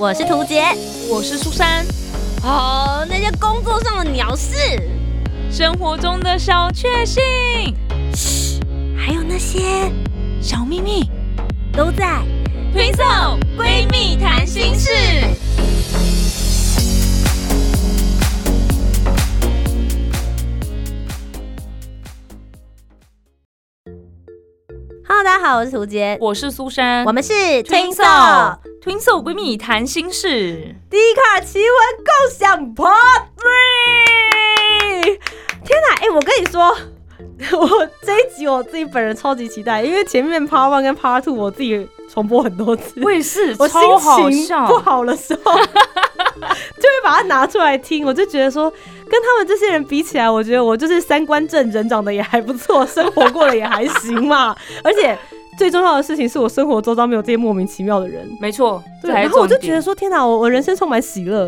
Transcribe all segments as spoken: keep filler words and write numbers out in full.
我是涂杰， 我是苏珊。 哦，那些工作上的鸟事， 生活中的小确幸， 嘘，还有那些小秘密， 都在推送闺蜜谈心事。 Hello， 大家好，我是涂杰， 我是苏珊， 我们是 Twinso Twinso 闺蜜谈心事 Dcard 奇闻共享 Part 三。天哪，哎、欸，我跟你说，我这一集我自己本人超级期待，因为前面 Part 一跟 Part 二我自己重播很多次， 我也是， 我心情不好的时候就会把它拿出来听，我就觉得说，跟他们这些人比起来，我觉得我就是三观正，人长得也还不错，生活过得也还行嘛。而且最重要的事情是我生活周遭没有这些莫名其妙的人。 没错， 对。然后我就觉得说，天哪，我我人生充满喜乐。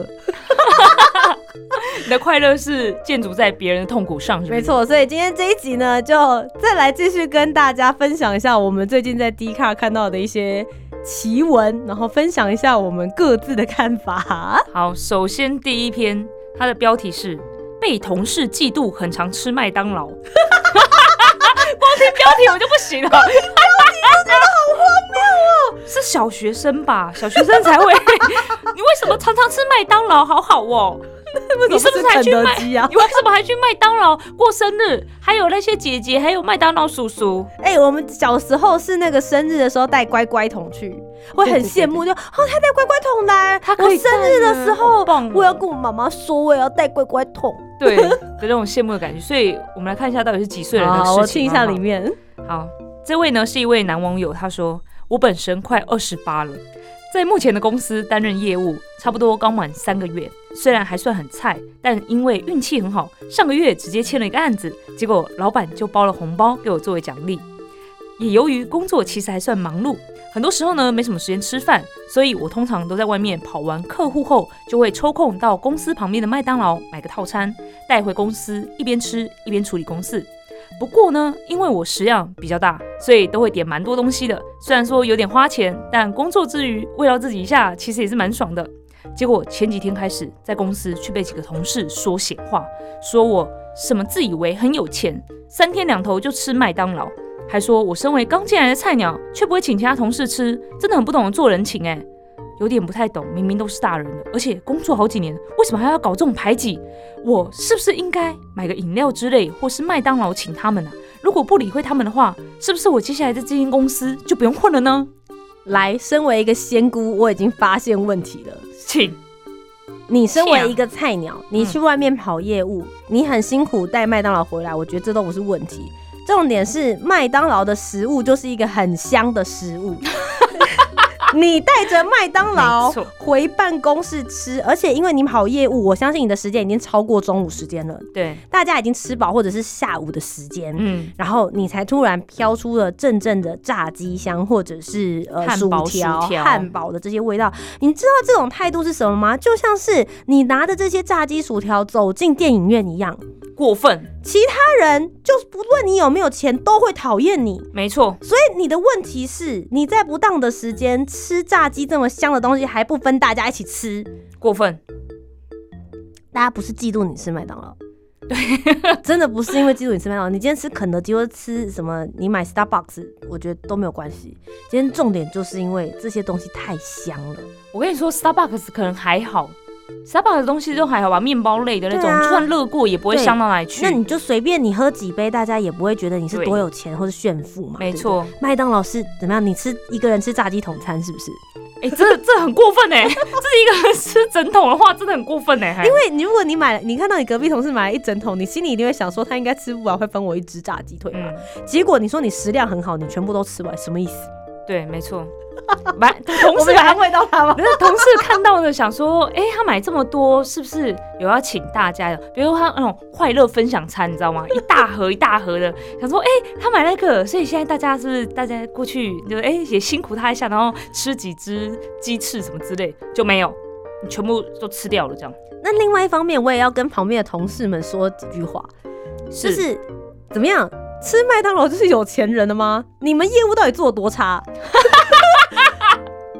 你的快乐是建筑在别人的痛苦上，是不是？ 没错。所以今天这一集呢，就再来继续跟大家分享一下我们最近在 Dcard 看到的一些奇闻，然后分享一下我们各自的看法。 好，首先第一篇，它的标题是被同事嫉妒很常吃麦当劳。光听标题我就不行了，光听标题就觉得好荒谬哦。是小学生吧？小学生才会。你为什么常常吃麦当劳？好好哦。你是不是还去麦？你为什么还去麦当劳过生日？还有那些姐姐，还有麦当劳叔叔。 哎、欸，我们小时候是那个生日的时候带乖乖桶去，会很羡慕，就哦，他带乖乖桶来。 他可以我生日的时候， 哦、 我要跟我妈妈说，我也要带乖乖桶。 对的那种羡慕的感觉。所以我们来看一下到底是几岁人的事情。 好，我听一下里面。 好，这位呢是一位男网友，他说：“我本身快二十八了。”在目前的公司担任业务，差不多刚满三个月，虽然还算很菜，但因为运气很好，上个月直接签了一个案子，结果老板就包了红包给我作为奖励。也由于工作其实还算忙碌，很多时候呢没什么时间吃饭，所以我通常都在外面跑完客户后，就会抽空到公司旁边的麦当劳买个套餐，带回公司一边吃一边处理公事。不过呢，因为我食量比较大，所以都会点蛮多东西的。虽然说有点花钱，但工作之余慰劳自己一下，其实也是蛮爽的。结果前几天开始，在公司却被几个同事说闲话，说我什么自以为很有钱，三天两头就吃麦当劳，还说我身为刚进来的菜鸟，却不会请其他同事吃，真的很不懂得做人情哎、欸。有点不太懂，明明都是大人了，而且工作好几年，为什么还要搞这种排挤？我是不是应该买个饮料之类，或是麦当劳请他们啊？如果不理会他们的话，是不是我接下来在这间公司就不用混了呢？ 来，身为一个仙姑，我已经发现问题了， 请。 你身为一个菜鸟，你去外面跑业务，嗯、你很辛苦带麦当劳回来，我觉得这都不是问题。重点是麦当劳的食物就是一个很香的食物。你带着麦当劳回办公室吃，而且因为你跑业务，我相信你的时间已经超过中午时间了， 对， 大家已经吃饱或者是下午的时间， 嗯， 然后你才突然飘出了阵阵的炸鸡香，或者是呃薯条、汉堡的这些味道。你知道这种态度是什么吗？就像是你拿着这些炸鸡薯条走进电影院一样。 过分， 其他人就不论你有没有钱都会讨厌你， 没错。 所以你的问题是你在不当的时间吃炸鸡这么香的东西还不分大家一起吃， 过分。 大家不是嫉妒你吃麦当劳，对，真的不是因为嫉妒你吃麦当劳。你今天吃肯德基或者吃什么，你买 Starbucks， 我觉得都没有关系。今天重点就是因为这些东西太香了。 我跟你说 ，Starbucks 可能还好。Starbucks 的东西都还好吧，面包类的那种，啊、就算热过也不会香到哪里去。 那你就随便你喝几杯，大家也不会觉得你是多有钱或是炫富嘛。 没错， 麦当劳是怎么样？你吃一个人吃炸鸡统餐是不是？ 哎、欸，这这很过分哎、欸！这是一个人吃整桶的话，真的很过分哎、欸。 因为你如果你买了，你看到你隔壁同事买了一整桶，你心里一定会想说他应该吃不完，会分我一只炸鸡腿嘛。嗯、结果你说你食量很好，你全部都吃完，什么意思？ 对，没错。买同事安慰到他吗？ 同事看到的想说，哎、欸，他买这么多，是不是有要请大家的？比如说他那种快乐分享餐，你知道吗？一大盒一大盒的，想说，哎、欸，他买那个，所以现在大家是不是大家过去就哎、欸、也辛苦他一下，然后吃几只鸡翅什么之类，就没有，你全部都吃掉了这样。 那另外一方面，我也要跟旁边的同事们说几句话，是就是怎么样？吃麦当劳就是有钱人的吗？你们业务到底做得多差？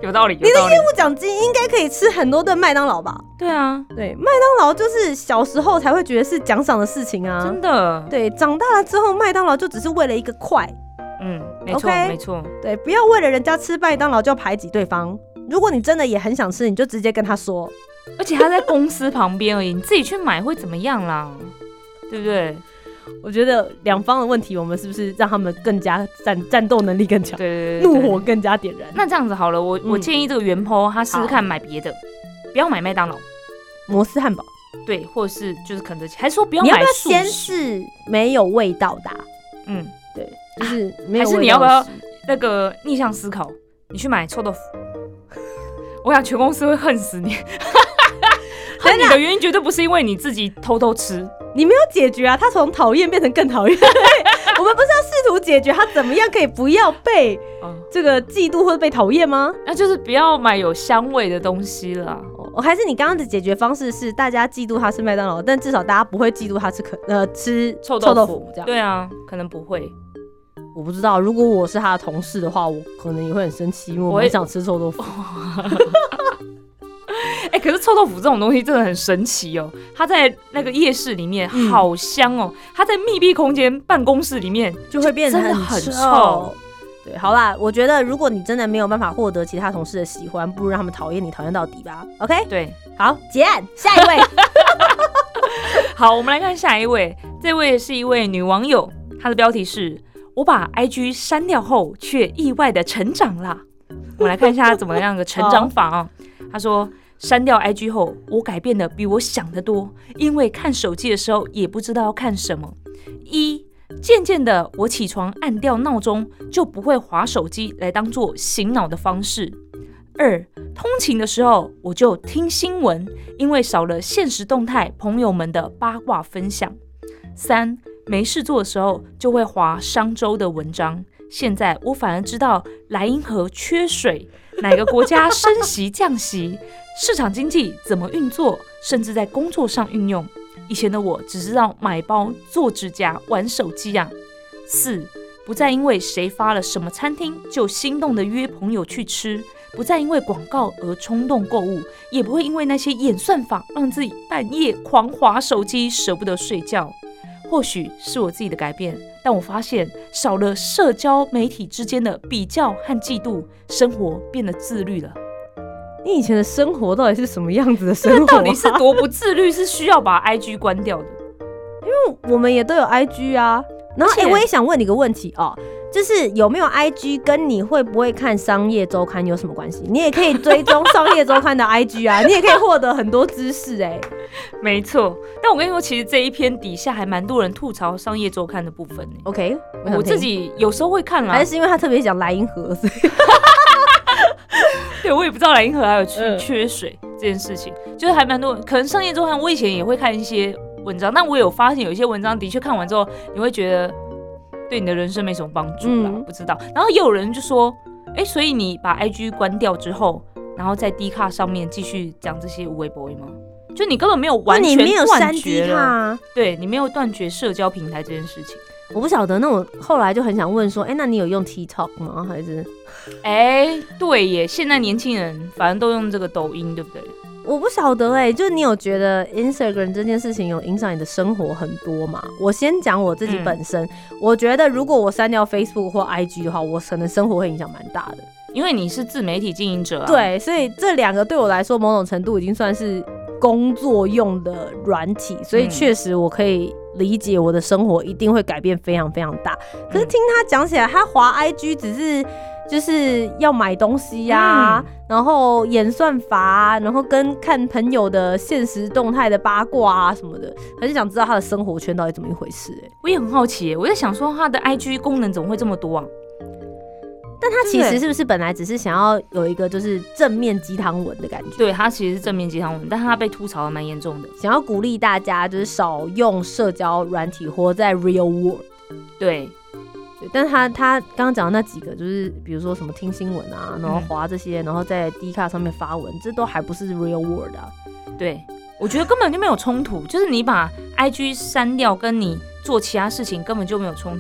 有道理， 你的业务奖金应该可以吃很多顿麦当劳吧？ 对啊， 对，麦当劳就是小时候才会觉得是奖赏的事情啊， 真的。 对，长大了之后，麦当劳就只是为了一个快。 嗯，没错， okay? 没错。 对，不要为了人家吃麦当劳就排挤对方。如果你真的也很想吃，你就直接跟他说。 而且他在公司旁边而已，你自己去买会怎么样啦？对不对？ 我觉得两方的问题，我们是不是让他们更加战战斗能力更强？ 对对对， 怒火更加点燃。 那这样子好了，我、嗯、我建议这个原 po 他试试看买别的，不要买麦当劳、 摩斯汉堡， 对，或者是就是肯德基，还是说不要买素食？ 你要不要先试没有味道的、啊？嗯，对，就是没有味道的、啊。 还是你要不要那个逆向思考？你去买臭豆腐，我想全公司会恨死你。恨你的原因绝对不是因为你自己偷偷吃， 你没有解决啊，他从讨厌变成更讨厌。我们不是要试图解决他怎么样可以不要被这个嫉妒或者被讨厌吗？ 那就是不要买有香味的东西了。 哦，还是你刚刚的解决方式是大家嫉妒他吃麦当劳，但至少大家不会嫉妒他吃可呃吃臭豆腐, 臭豆腐这样？ 对啊，可能不会。 我不知道，如果我是他的同事的话，我可能也会很生气，因为我很想吃臭豆腐。 哎、欸，可是臭豆腐这种东西真的很神奇哦！它在那个夜市里面好香哦，它、嗯、在密闭空间办公室里面就会变得很 臭, 很臭。 对，好啦，我觉得如果你真的没有办法获得其他同事的喜欢，不如让他们讨厌你，讨厌到底吧。OK？ 对， 好，结案，下一位。 好，我们来看下一位，这位是一位女网友，她的标题是“我把 I G 删掉后，却意外的成长啦”。我们来看一下她怎么样的成长法啊、哦。她说。删掉 I G 后，我改变的比我想的多，因为看手机的时候也不知道要看什么。一，渐渐的，我起床按掉闹钟，就不会滑手机来当做醒脑的方式。二，通勤的时候我就听新闻，因为少了限时动态朋友们的八卦分享。三，没事做的时候就会滑商周的文章，现在我反而知道莱茵河缺水，哪个国家升息降息，市场经济怎么运作，甚至在工作上运用。以前的我只知道买包、做指甲、玩手机啊。四，不再因为谁发了什么餐厅就心动的约朋友去吃，不再因为广告而冲动购物，也不会因为那些演算法让自己半夜狂滑手机，舍不得睡觉。或许是我自己的改变，但我发现少了社交媒体之间的比较和嫉妒，生活变得自律了。 你以前的生活到底是什么样子的生活、啊？ 到底是多不自律，是需要把 I G 关掉的？ 因为我们也都有 I G 啊。然后，哎、欸，我也想问你个问题哦，就是有没有 I G 跟你会不会看商业周刊有什么关系？你也可以追踪商业周刊的 I G 啊，你也可以获得很多知识哎、欸。 没错，但我跟你说，其实这一篇底下还蛮多人吐槽商业周刊的部分、欸。 OK， 我, 我自己有时候会看啦， 还是因为他特别讲莱茵河，所以对我也不知道莱茵河还有缺缺水这件事情，就是还蛮多人。可能商业周刊我以前也会看一些文章，但我有发现有一些文章的确看完之后，你会觉得对你的人生没什么帮助啦、嗯，不知道。然后也有人就说，哎、欸，所以你把 I G 关掉之后，然后在 D 卡上面继续讲这些无微博吗？就你根本没有完全断绝了，啊、对你没有断绝社交平台这件事情。 我不晓得，那我后来就很想问说，哎、欸，那你有用 TikTok 吗？还是？ 哎、欸，对耶，现在年轻人反正都用这个抖音，对不对？ 我不晓得哎、欸，就你有觉得 Instagram 这件事情有影响你的生活很多吗？我先讲我自己本身、嗯，我觉得如果我删掉 Facebook 或 I G 的话，我可能生活会影响蛮大的。 因为你是自媒体经营者啊。 对，所以这两个对我来说，某种程度已经算是工作用的软体，所以确实我可以理解我的生活一定会改变非常非常大。可是听他讲起来，他滑 I G 只是就是要买东西呀、啊嗯，然后演算法啊，然后跟看朋友的现实动态的八卦啊什么的，很想知道他的生活圈到底怎么一回事、欸。 我也很好奇、欸，我在想说他的 I G 功能怎么会这么多啊？ 但他其实是不是本来只是想要有一个就是正面鸡汤文的感觉？ 对，他其实是正面鸡汤文，但他被吐槽的蛮严重的， 想要鼓励大家就是少用社交软体，活在 real world。 对， 对，但是他他刚刚讲的那几个，就是比如说什么听新闻啊，然后滑这些，然后在 D 卡上面发文，这都还不是 real world 啊。 对，我觉得根本就没有冲突，就是你把 I G 删掉，跟你做其他事情根本就没有冲突。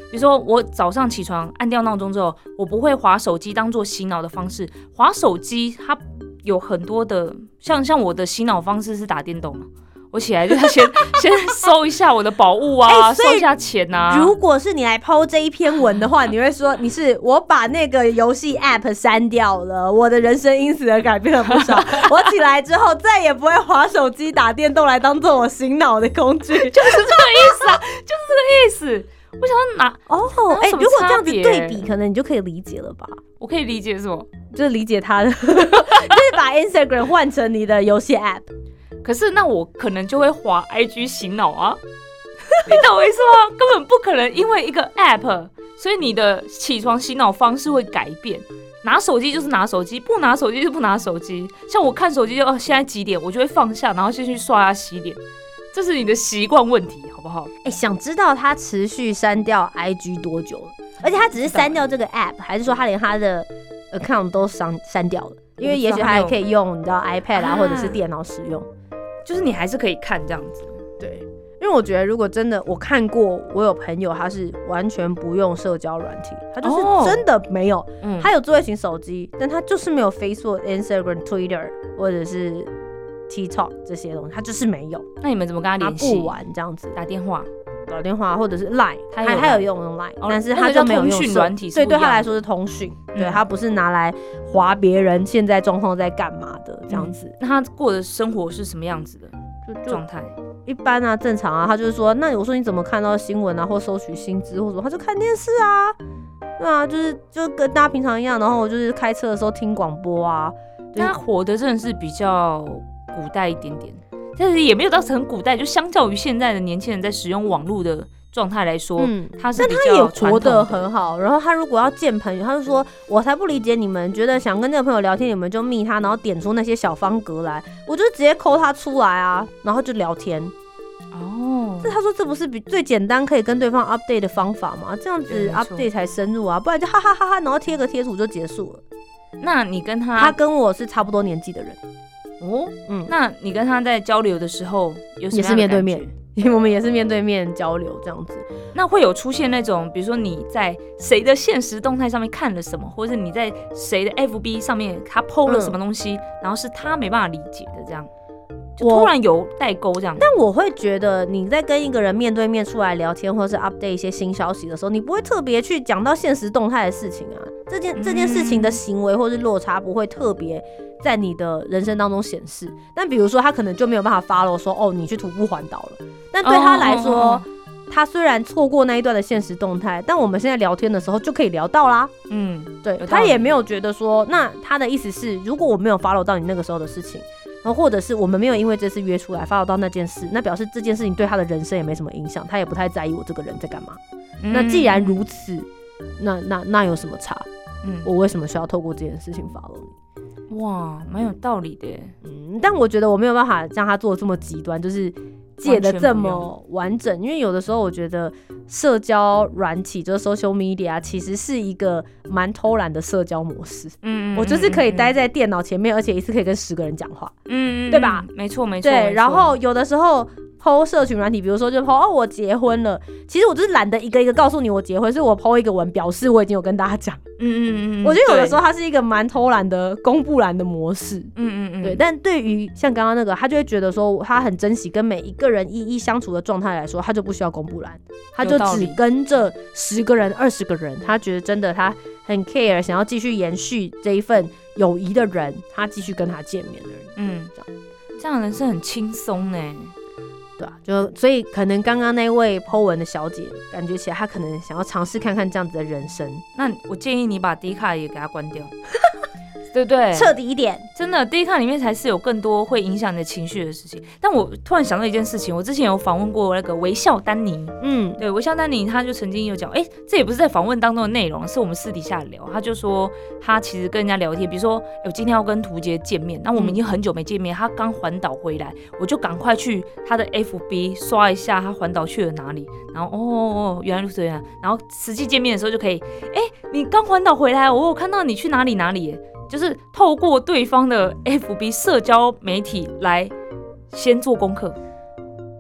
比如说我早上起床按掉闹钟之后，我不会滑手机当做洗脑的方式。滑手机它有很多的，像像我的洗脑方式是打电动嘛，我起来就要先先收一下我的宝物啊，欸、收一下钱啊。 如果是你来 po 这一篇文的话，你会说你是我把那个游戏 app 删掉了，我的人生因此而改变了不少。我起来之后再也不会滑手机打电动来当做我醒脑的工具，就是这个意思啊，就是这个意思。我想要拿哦，哎、欸，如果这样子对比，可能你就可以理解了吧？ 我可以理解什么？ 就是理解他的，就是把 Instagram 换成你的游戏 app。 可是那我可能就会滑 I G 醒脑啊，你懂我意思吗？根本不可能因为一个 app， 所以你的起床醒脑方式会改变。拿手机就是拿手机，不拿手机就不拿手机。像我看手机就哦，现在几点，我就会放下，然后先去刷牙洗脸。这是你的习惯问题，好不好？ 哎、欸，想知道他持续删掉 I G 多久了？而且他只是删掉这个 app， 还是说他连他的 account 都删删掉了？因为也许他还可以用你知道 iPad 啊，或者是电脑使用， 就是你还是可以看这样子。 对，因为我觉得如果真的我看过，我有朋友他是完全不用社交软体，他就是真的没有，哦嗯、他有智慧型手机，但他就是没有 Facebook、Instagram、Twitter 或者是 TikTok 这些东西，他就是没有。 那你们怎么跟他联系？ 他不玩这样子， 打电话。 打电话或者是 Line， 他有他有用用 Line，、哦、但是他就没有用通讯软体， 所以对他来说是通讯，嗯、对他不是拿来滑别人现在状况在干嘛的这样子、嗯。 那他过的生活是什么样子的状态？ 一般啊，正常啊。他就是说，那我说你怎么看到新闻啊，或收取薪资，或者他就看电视啊，对啊，就是就跟大家平常一样。然后我就是开车的时候听广播啊。 就是、他活的真的是比较古代一点点。但是也没有到很古代，就相较于现在的年轻人在使用网络的状态来说，嗯，他是比较传统的。但他也活得很好。然后他如果要见朋友，他就说：“我才不理解你们，觉得想跟那个朋友聊天，你们就密他，然后点出那些小方格来，我就直接抠他出来啊，然后就聊天。”哦，这他说这不是比最简单可以跟对方 update 的方法吗？这样子 update 才深入啊，不然就哈哈哈哈，然后贴个贴图就结束了。 那你跟他， 他跟我是差不多年纪的人。 哦，嗯，那你跟他在交流的时候有什么样的感觉？ 也是面对面，因为我们也是面对面交流这样子。 那会有出现那种，比如说你在谁的限时动态上面看了什么，或者是你在谁的 F B 上面他 po 了什么东西、嗯，然后是他没办法理解的这样，就突然有代沟这样。 但我会觉得你在跟一个人面对面出来聊天，或者是 update 一些新消息的时候，你不会特别去讲到限时动态的事情啊。这件这件事情的行为或是落差不会特别在你的人生当中显示，但比如说他可能就没有办法 follow 说哦你去徒步环岛了，但对他来说、哦哦哦、他虽然错过那一段的现实动态，但我们现在聊天的时候就可以聊到啦。嗯，对，他也没有觉得说，那他的意思是如果我没有 follow 到你那个时候的事情，然后或者是我们没有因为这次约出来 follow 到那件事，那表示这件事情对他的人生也没什么影响，他也不太在意我这个人在干嘛、嗯、那既然如此，那那那有什么差？嗯，我为什么需要透过这件事情 follow 你？ 哇，蛮有道理的耶。 嗯，但我觉得我没有办法让他做的这么极端，就是借的这么完整，因为有的时候我觉得社交软体就是 social media 其实是一个蛮偷懒的社交模式。嗯，我就是可以待在电脑前面，而且一次可以跟十个人讲话。嗯，对吧？ 没错没错。 对，然后有的时候。po 社群软体，比如说就 po 哦我结婚了，其实我就是懒得一个一个告诉你我结婚，所以我 po 一个文表示我已经有跟大家讲。嗯嗯嗯，我觉得有的时候它是一个蛮偷懒的公布栏的模式。嗯嗯嗯，对。但对于像刚刚那个，他就会觉得说他很珍惜跟每一个人一一相处的状态来说，他就不需要公布栏，他就只跟这十个人、二十个人，他觉得真的他很 care， 想要继续延续这一份友谊的人，他继续跟他见面的人。嗯，这样这样的人是很轻松呢。 对啊，就所以可能刚刚那位 po 文的小姐，感觉起来她可能想要尝试看看这样子的人生。 那我建议你把 D 卡也给她关掉，对不对？ 彻底一点， 真的 D 卡里面才是有更多会影响你的情绪的事情。但我突然想到一件事情，我之前有访问过那个微笑丹尼，嗯，对，微笑丹尼他就曾经有讲，哎、欸，这也不是在访问当中的内容，是我们私底下聊。他就说他其实跟人家聊天，比如说我今天要跟涂杰见面，那我们已经很久没见面，他刚环岛回来，我就赶快去他的 F B 刷一下他环岛去了哪里，然后哦哦，原来如此原来，然后实际见面的时候就可以，哎、欸，你刚环岛回来，我有看到你去哪里哪里耶。就是透过对方的 F B 社交媒体来先做功课。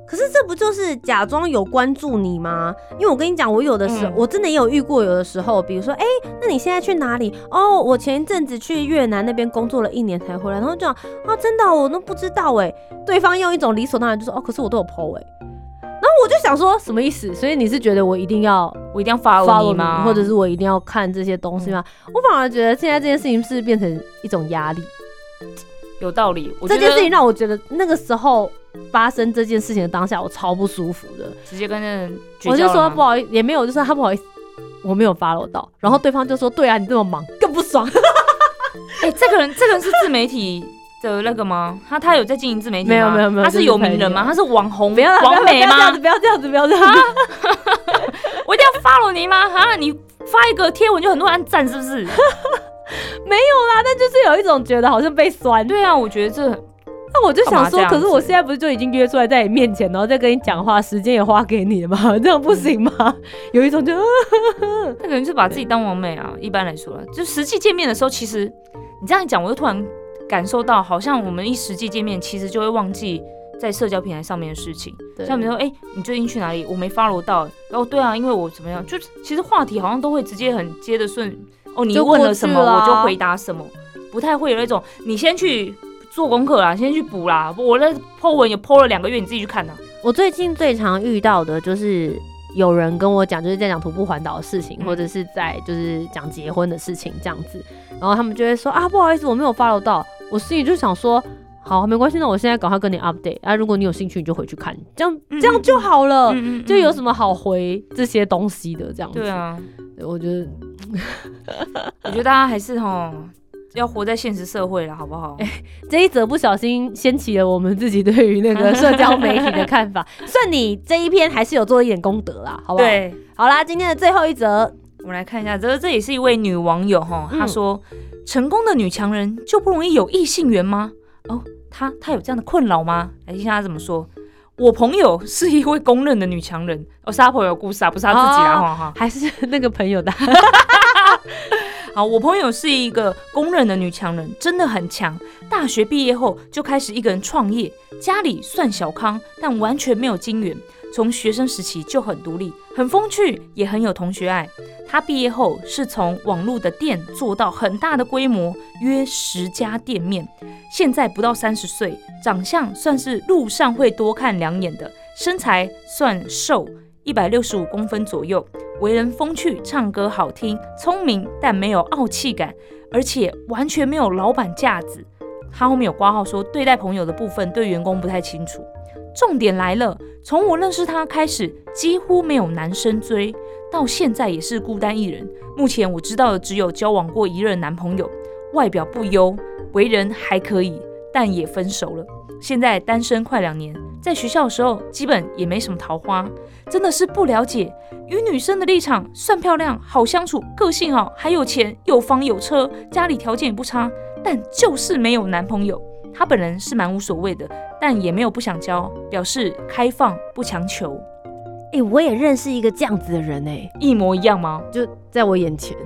可是这不就是假装有关注你吗？因为我跟你讲，我有的时候、嗯、我真的也有遇过，有的时候，比如说，哎、欸，那你现在去哪里？哦，我前一阵子去越南那边工作了一年才回来，然后就讲啊，真的、喔、我都不知道哎、欸。对方用一种理所当然就说，哦，可是我都有 po 哎、欸。然后我就想说，什么意思？所以你是觉得我一定要我一定要 follow 你吗？ 或者是我一定要看这些东西吗？嗯、我反而觉得现在这件事情是变成一种压力。 有道理，我觉得这件事情让我觉得那个时候发生这件事情的当下，我超不舒服的， 直接跟人绝交了吗？ 我就说不好意思，也没有，就说他不好意思，我没有 follow 到，然后对方就说，对啊，你这么忙，更不爽。 哎、欸，这个人，这个人是自媒体的那个吗？他他有在经营自媒体吗？ 没有没有没有， 他是有名人吗？他是网红不要网美吗？ 不要这样子，不要这样子，不要这样子。 我一定要 follow 你吗？哈，你发一个贴文就很多人按赞，是不是？ 没有啦，但就是有一种觉得好像被酸。 对啊，我觉得这， 那我就想说，可是我现在不是就已经约出来在你面前，然后再跟你讲话，时间也花给你了吗？这样不行吗？嗯、有一种就， 那可能是把自己当网美啊。一般来说啦，就实际见面的时候，其实你这样一讲，我就突然感受到，好像我们一实际见面，其实就会忘记在社交平台上面的事情。像比如说，哎、欸，你最近去哪里？我没 follow 到。然后对啊，因为我怎么样，就其实话题好像都会直接很接得顺。哦，你问了什么我就回答什么，不太会有那种你先去做功课啦，先去补啦。我那 po 文也 po 了两个月，你自己去看啦。 我最近最常遇到的就是有人跟我讲，就是在讲徒步环岛的事情，嗯、或者是在就是讲结婚的事情这样子，然后他们就会说啊，不好意思，我没有 follow 到。我心里就想说，好，没关系，那我现在赶快跟你 update 啊，如果你有兴趣，你就回去看，这样这样就好了，嗯嗯嗯、就有什么好回这些东西的这样子。 对啊， 我觉得。 我觉得大家还是齁要活在现实社会了，好不好？ 欸、这一则不小心掀起了我们自己对于那个社交媒体的看法，算你这一篇还是有做一点功德啦，好不好？ 对， 好啦，今天的最后一则， 我们来看一下，这这也是一位女网友齁，她说、嗯：“成功的女强人就不容易有异性缘吗？哦，她她有这样的困扰吗？来听一下她怎么说。”我朋友是一位公认的女强人，哦，是她朋友故事啊，不是她自己啦，哈、哦， 还是那个朋友的。 好，我朋友是一个公认的女强人，真的很强。大学毕业后就开始一个人创业，家里算小康，但完全没有金源。从学生时期就很独立，很风趣，也很有同学爱。她毕业后是从网络的店做到很大的规模，约十家店面。现在不到三十岁，长相算是路上会多看两眼的，身材算瘦，一百六十五公分左右，为人风趣，唱歌好听，聪明但没有傲气感，而且完全没有老板架子。他后面有括号说，对待朋友的部分对员工不太清楚。重点来了，从我认识他开始，几乎没有男生追，到现在也是孤单一人。目前我知道的只有交往过一任男朋友，外表不优，为人还可以，但也分手了。现在单身快两年，在学校的时候基本也没什么桃花，真的是不了解。与女生的立场，算漂亮，好相处，个性好，还有钱，有房有车，家里条件也不差，但就是没有男朋友。他本人是蛮无所谓的，但也没有不想交，表示开放不强求。 哎、欸，我也认识一个这样子的人哎、欸， 一模一样吗？ 就在我眼前。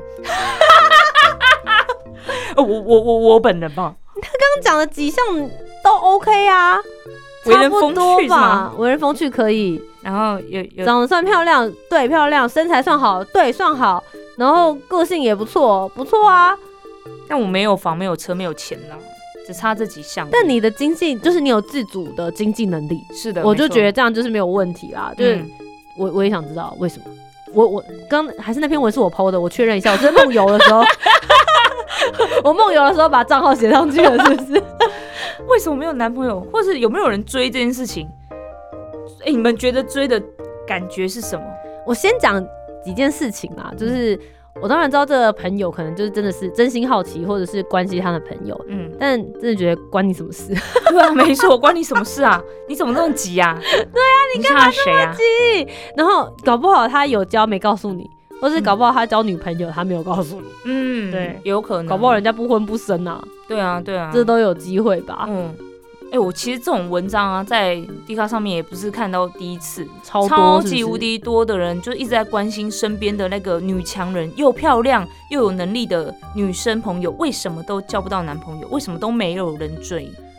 我我我我本人吧， 他刚刚讲的几项都 OK 啊， 为人风趣吧？为人风趣可以， 然后有有长得算漂亮，对，漂亮，身材算好，对，算好，然后个性也不错，不错啊。 但我没有房，没有车，没有钱啦。只差这几项， 但你的经济就是你有自主的经济能力， 是的， 我就觉得这样就是没有问题啦。就是、 嗯、 我我也想知道为什么，我我刚还是那篇文是我 po 的，我确认一下，我是梦游的时候，我梦游的时候把账号写上去了，是不是？ 为什么没有男朋友，或是有没有人追这件事情？哎、欸，你们觉得追的感觉是什么？ 我先讲几件事情啦，就是。嗯我当然知道这个朋友可能就是真的是真心好奇，或者是关心他的朋友，嗯，但真的觉得关你什么事？ 对啊，没错，关你什么事啊？你怎么那么急啊？ 对啊，你干嘛那么急？然后搞不好他有交没告诉你，或是搞不好他交女朋友他没有告诉你， 嗯，对，有可能， 搞不好人家不婚不生啊。 对啊，对啊， 这都有机会吧？嗯。 哎、欸，我其实这种文章啊，在 D 卡上面也不是看到第一次， 超多超级无敌多的人就一直在关心身边的那个女强人，又漂亮又有能力的女生朋友，为什么都交不到男朋友？为什么都没有人追？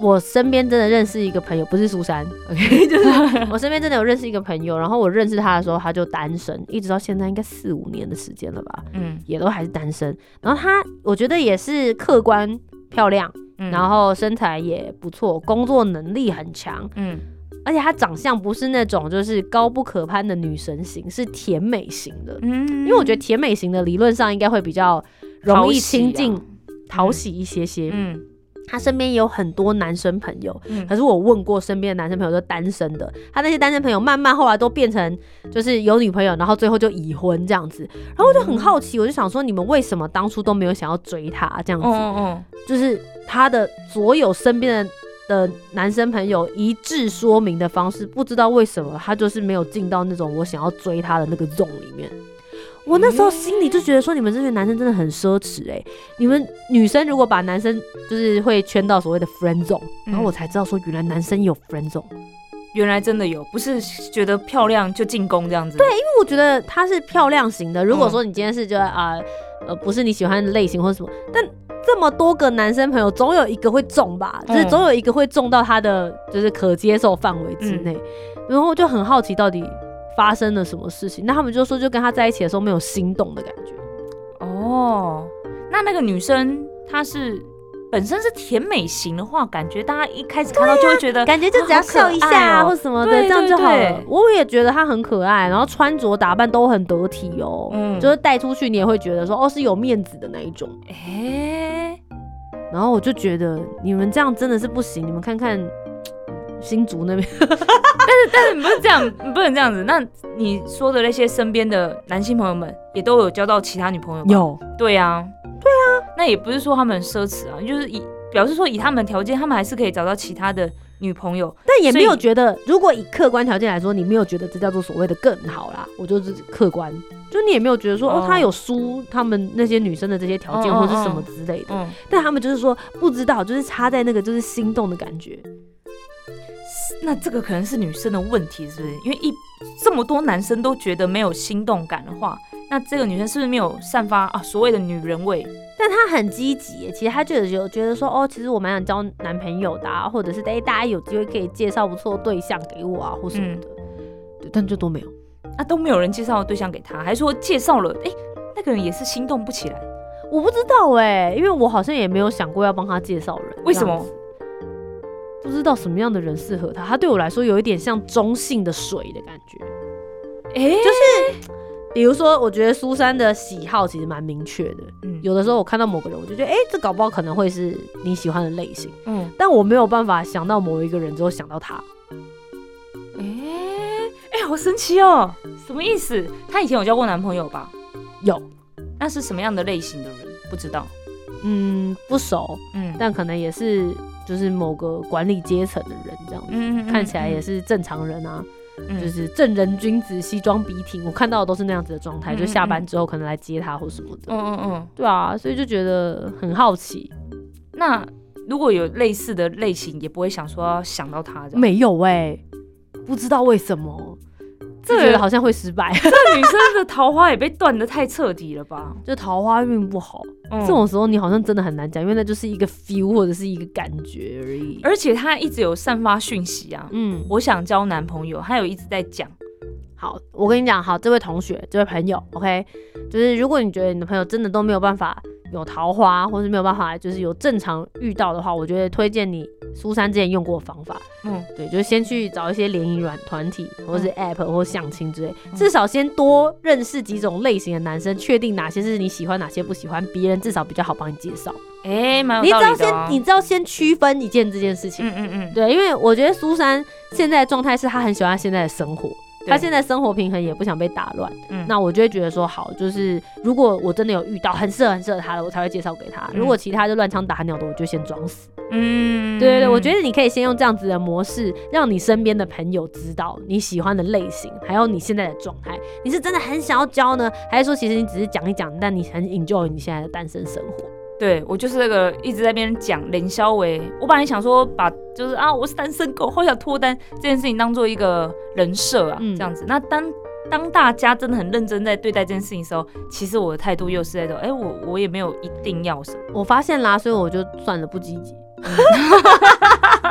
我身边真的认识一个朋友，不是苏珊 ，OK， 就是我身边真的有认识一个朋友，然后我认识他的时候，他就单身，一直到现在应该四五年的时间了吧，嗯，也都还是单身。然后他，我觉得也是客观漂亮，嗯、然后身材也不错，工作能力很强，嗯，而且他长相不是那种就是高不可攀的女神型，是甜美型的，嗯，因为我觉得甜美型的理论上应该会比较容易亲近、讨喜一些些，嗯。他身边也有很多男生朋友、嗯，可是我问过身边的男生朋友都单身的，他那些单身朋友慢慢后来都变成就是有女朋友，然后最后就已婚这样子。然后我就很好奇，我就想说你们为什么当初都没有想要追他这样子？嗯嗯，就是他的所有身边的的男生朋友一致说明的方式，不知道为什么他就是没有进到那种我想要追他的那个 zone 里面。我那时候心里就觉得说，你们这些男生真的很奢侈哎、欸！你们女生如果把男生就是会圈到所谓的 friend zone，、嗯、然后我才知道说，原来男生也有 friend zone， 原来真的有，不是觉得漂亮就进攻这样子。 对，因为我觉得她是漂亮型的。如果说你今天是觉得啊、呃，呃，不是你喜欢的类型或者什么，但这么多个男生朋友，总有一个会中吧，就是总有一个会中到他的就是可接受范围之内、嗯。然后我就很好奇，到底发生了什么事情？那他们就说，就跟他在一起的时候没有心动的感觉。 哦，那那个女生她是本身是甜美型的话，感觉大家一开始看到就会觉得，啊、 感觉就只要笑一下、啊、或什么的，这样就好了。我也觉得她很可爱，然后穿着打扮都很得体哦，嗯、就是带出去你也会觉得说，哦，是有面子的那一种。哎、欸，然后我就觉得你们这样真的是不行，你们看看。新竹那边，但是但是你不是这样，你不能这样子。那你说的那些身边的男性朋友们，也都有交到其他女朋友吗？ 有， 对啊，对啊。那也不是说他们很奢侈啊，就是以表示说以他们的条件，他们还是可以找到其他的女朋友。 但也没有觉得，如果以客观条件来说，你没有觉得这叫做所谓的更好啦。我就是客观，就你也没有觉得说，哦，哦他有输他们那些女生的这些条件、哦、或是什么之类的、嗯。但他们就是说不知道，就是差在那个就是心动的感觉。 那这个可能是女生的问题，是不是？因为一这么多男生都觉得没有心动感的话，那这个女生是不是没有散发啊所谓的女人味？ 但她很积极，其实她就有觉得说，哦，其实我蛮想交男朋友的、啊，或者是哎、欸、大家有机会可以介绍不错的对象给我啊，或什么的。嗯、对，但就都没有， 啊都没有人介绍对象给他，还说介绍了，哎、欸、那个人也是心动不起来。 我不知道哎、欸，因为我好像也没有想过要帮他介绍人， 为什么？ 不知道什么样的人适合他，他对我来说有一点像中性的水的感觉，哎、欸，就是比如说，我觉得苏珊的喜好其实蛮明确的，嗯，有的时候我看到某个人，我就觉得，哎、欸，这搞不好可能会是你喜欢的类型，嗯，但我没有办法想到某一个人之后想到他， 哎、欸，哎、欸，好神奇哦，什么意思？他以前有交过男朋友吧？ 有， 那是什么样的类型的人？不知道， 嗯，不熟，嗯，但可能也是。就是某个管理阶层的人这样子、嗯嗯嗯，看起来也是正常人啊、嗯，就是正人君子，西装笔挺，我看到的都是那样子的状态、嗯嗯嗯，就下班之后可能来接他或什么的，嗯嗯嗯，对啊，所以就觉得很好奇。 那如果有类似的类型，也不会想说要想到他这样？ 没有哎、欸，不知道为什么。就觉得好像会失败， 这个女生的桃花也被断得太彻底了吧？ 就桃花运不好、嗯，这种时候你好像真的很难讲，因为那就是一个 feel 或者是一个感觉而已。 而且她一直有散发讯息啊，嗯，我想交男朋友，她有一直在讲。 好，我跟你讲，好，这位同学，这位朋友 ，OK， 就是如果你觉得你的朋友真的都没有办法有桃花，或是没有办法就是有正常遇到的话，我觉得推荐你苏珊之前用过的方法，嗯，对，就是先去找一些联谊软团体，或是 app 或相亲之类、嗯，至少先多认识几种类型的男生，确定哪些是你喜欢，哪些不喜欢，别人至少比较好帮你介绍。 哎、欸，蛮有道理的、哦。 你知道先，你知道先区分一件这件事情，嗯嗯嗯，对，因为我觉得苏珊现在的状态是她很喜欢她现在的生活。他现在生活平衡也不想被打乱、嗯，那我就会觉得说好，就是如果我真的有遇到很适合很适合他的，我才会介绍给他、嗯。如果其他就乱枪打鸟的，我就先装死。嗯，对对对，我觉得你可以先用这样子的模式，让你身边的朋友知道你喜欢的类型，还有你现在的状态。你是真的很想要交呢，还是说其实你只是讲一讲，但你很 enjoy 你现在的单身生活？ 对，我就是那个一直在那边讲冷笑话。我本来想说把就是啊我是单身狗，好想脱单这件事情当做一个人设啊、嗯，这样子。那当当大家真的很认真在对待这件事情的时候，其实我的态度又是那种，哎、欸，我我也没有一定要什么。 我发现啦，所以我就算了，不积极。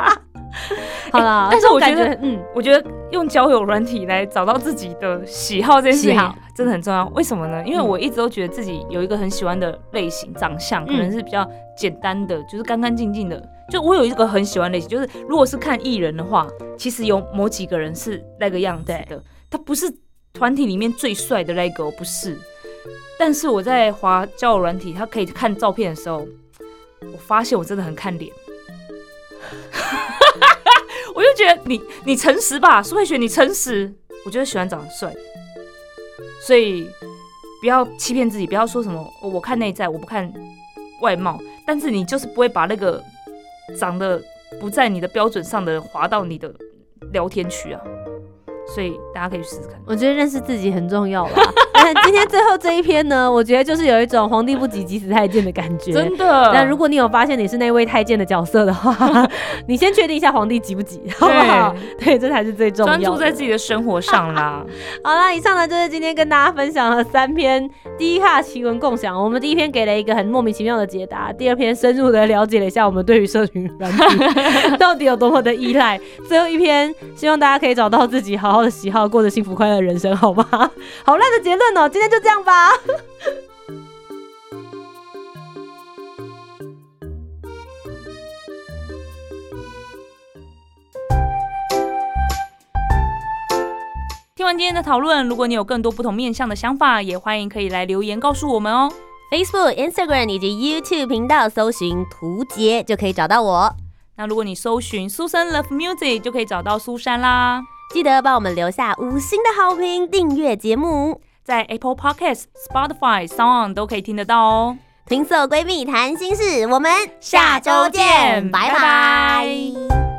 好啦， 但是我觉得， 觉嗯， 我觉得用交友软体来找到自己的喜好这件事情真的很重要。为什么呢？因为我一直都觉得自己有一个很喜欢的类型，长相可能是比较简单的，就是干干净净的。就我有一个很喜欢的类型，就是如果是看艺人的话，其实有某几个人是那个样子的，他不是团体里面最帅的那个，不是。但是我在滑交友软体，他可以看照片的时候，我发现我真的很看脸。我就觉得你你诚实吧，苏慧璇，你诚实，我就是喜欢长得帅的，所以不要欺骗自己，不要说什么、哦、我看内在，我不看外貌，但是你就是不会把那个长得不在你的标准上的滑到你的聊天区啊。所以大家可以去试试看。 我觉得认识自己很重要啦。但今天最后这一篇呢，我觉得就是有一种皇帝不急急死太监的感觉。 真的。 但如果你有发现你是那位太监的角色的话，你先确定一下皇帝急不急，好不好？对，这才是最重要的。 专注在自己的生活上啦。 好啦，以上呢就是今天跟大家分享了三篇第一卡奇闻共享。我们第一篇给了一个很莫名其妙的解答，第二篇深入的了解了一下我们对于社群软体到底有多么的依赖，最后一篇希望大家可以找到自己好好的喜好，过着幸福快乐的人生，好吗？好烂的结论哦，今天就这样吧。 听完今天的讨论，如果你有更多不同面向的想法，也欢迎可以来留言告诉我们哦。 Facebook、Instagram 以及 YouTube 频道搜寻图杰就可以找到我。 那如果你搜寻苏珊 Love Music 就可以找到苏珊啦。 记得帮我们留下五星的好评，订阅节目， 在 Apple Podcast、Spotify、Sound 都可以听得到哦。 听色闺蜜谈心事，我们下周见，拜拜。